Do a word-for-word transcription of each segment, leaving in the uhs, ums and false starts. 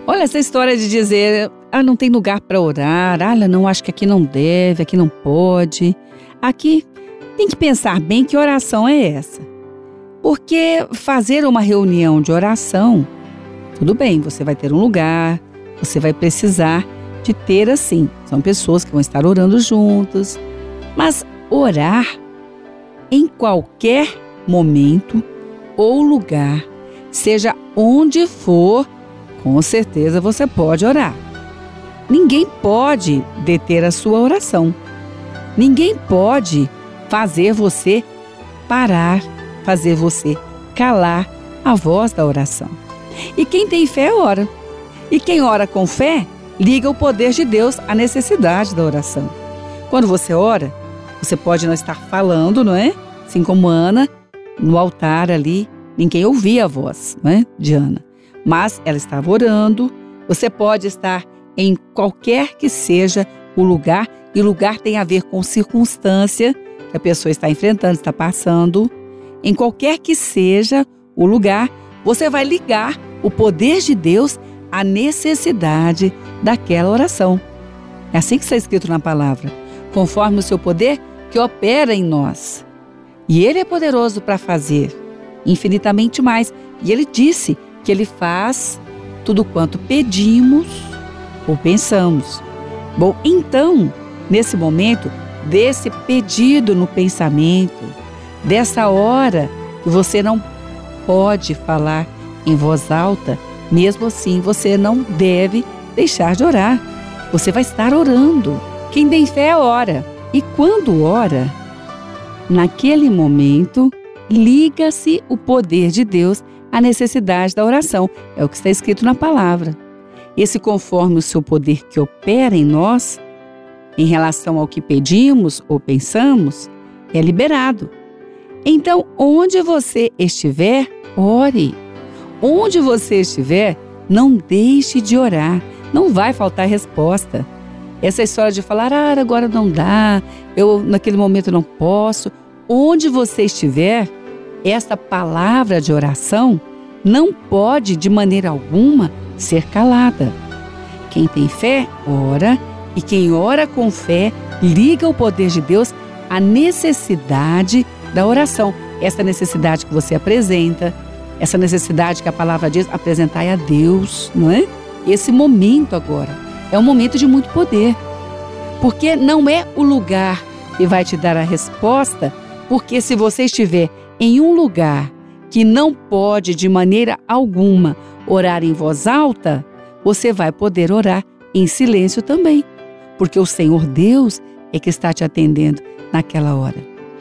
Olha, essa história de dizer, ah, não tem lugar para orar, ah, não, acho que aqui não deve, aqui não pode. Aqui tem que pensar bem que oração é essa. Porque fazer uma reunião de oração, tudo bem, você vai ter um lugar, você vai precisar de ter assim. São pessoas que vão estar orando juntas. Mas orar em qualquer momento ou lugar, seja onde for, com certeza você pode orar. Ninguém pode deter a sua oração. Ninguém pode fazer você parar, fazer você calar a voz da oração. E quem tem fé, ora. E quem ora com fé, liga o poder de Deus à necessidade da oração. Quando você ora, você pode não estar falando, não é? Assim como Ana, no altar ali, ninguém ouvia a voz, não é? De Ana. Mas ela estava orando. Você pode estar em qualquer que seja o lugar, e o lugar tem a ver com circunstância que a pessoa está enfrentando, está passando. Em qualquer que seja o lugar, você vai ligar o poder de Deus à necessidade daquela oração. É assim que está escrito na palavra. Conforme o seu poder que opera em nós. E Ele é poderoso para fazer infinitamente mais. E Ele disse que Ele faz tudo quanto pedimos ou pensamos. Bom, então, nesse momento, desse pedido no pensamento, dessa hora que você não pode falar em voz alta, mesmo assim você não deve deixar de orar. Você vai estar orando. Quem tem fé ora. E quando ora, naquele momento, liga-se o poder de Deus à necessidade da oração. É o que está escrito na palavra. Esse conforme o seu poder que opera em nós, em relação ao que pedimos ou pensamos, é liberado. Então, onde você estiver, ore. Onde você estiver, não deixe de orar. Não vai faltar resposta. Essa história de falar, ah, agora não dá, eu naquele momento não posso. Onde você estiver, esta palavra de oração não pode, de maneira alguma, ser calada. Quem tem fé, ora, e quem ora com fé, liga o poder de Deus à necessidade da oração. Essa necessidade que você apresenta, essa necessidade que a palavra diz, apresentai a Deus, não é? Esse momento agora é um momento de muito poder, porque não é o lugar que vai te dar a resposta, porque se você estiver em um lugar que não pode de maneira alguma orar em voz alta, você vai poder orar em silêncio também, porque o Senhor Deus é que está te atendendo naquela hora.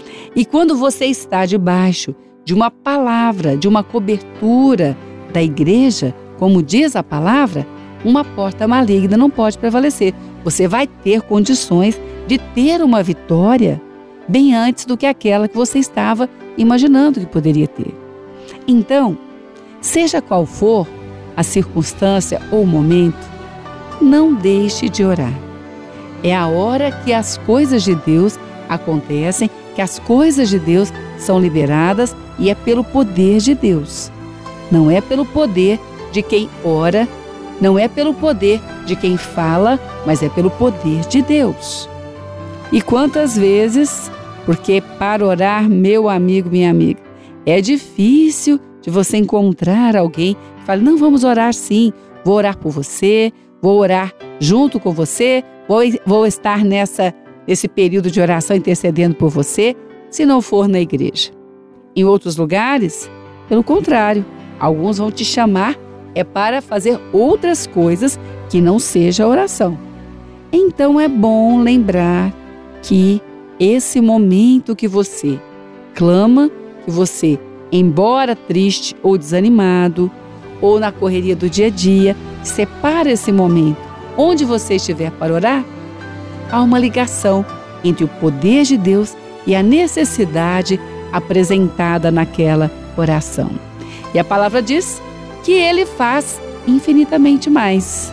E quando você está debaixo de uma palavra, de uma cobertura da igreja, como diz a palavra, uma porta maligna não pode prevalecer. Você vai ter condições de ter uma vitória bem antes do que aquela que você estava imaginando que poderia ter. Então, seja qual for a circunstância ou o momento, não deixe de orar. É a hora que as coisas de Deus acontecem, que as coisas de Deus são liberadas, e é pelo poder de Deus. Não é pelo poder de quem ora, não é pelo poder de quem fala, mas é pelo poder de Deus. E quantas vezes, porque para orar, meu amigo, minha amiga, é difícil de você encontrar alguém que fale, não, vamos orar sim, vou orar por você, vou orar junto com você, vou, vou estar nessa, nesse período de oração intercedendo por você, se não for na igreja. Em outros lugares, pelo contrário, alguns vão te chamar é para fazer outras coisas que não seja oração. Então é bom lembrar que esse momento que você clama, que você, embora triste ou desanimado, ou na correria do dia a dia, separa esse momento. Onde você estiver para orar, há uma ligação entre o poder de Deus e a necessidade apresentada naquela oração. E a palavra diz que Ele faz infinitamente mais,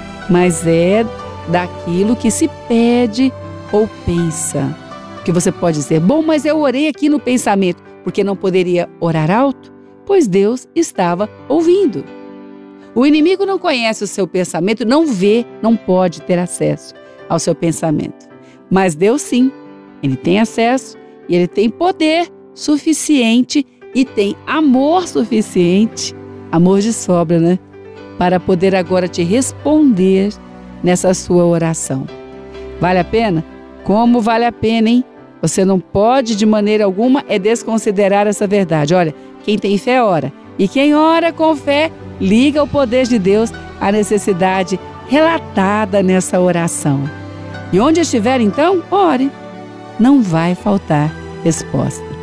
mas é daquilo que se pede ou pensa. Que você pode dizer, bom, mas eu orei aqui no pensamento, porque não poderia orar alto? Pois Deus estava ouvindo. O inimigo não conhece o seu pensamento, não vê, não pode ter acesso ao seu pensamento. Mas Deus sim, Ele tem acesso e Ele tem poder suficiente e tem amor suficiente, amor de sobra, né? Para poder agora te responder nessa sua oração. Vale a pena? Como vale a pena, hein? Você não pode de maneira alguma é desconsiderar essa verdade. Olha, quem tem fé ora. E quem ora com fé, liga o poder de Deus à necessidade relatada nessa oração. E onde estiver então, ore. Não vai faltar resposta.